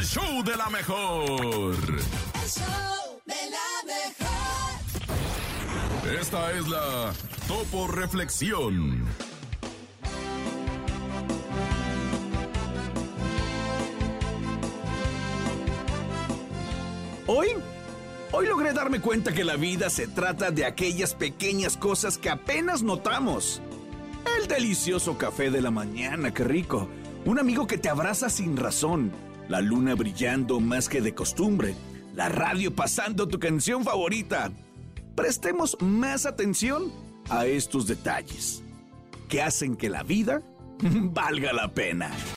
show de la mejor. El show de la mejor. Esta es la Topo Reflexión. Hoy logré darme cuenta que la vida se trata de aquellas pequeñas cosas que apenas notamos. El delicioso café de la mañana, qué rico. Un amigo que te abraza sin razón. La luna brillando más que de costumbre. La radio pasando tu canción favorita. Prestemos más atención a estos detalles que hacen que la vida valga la pena.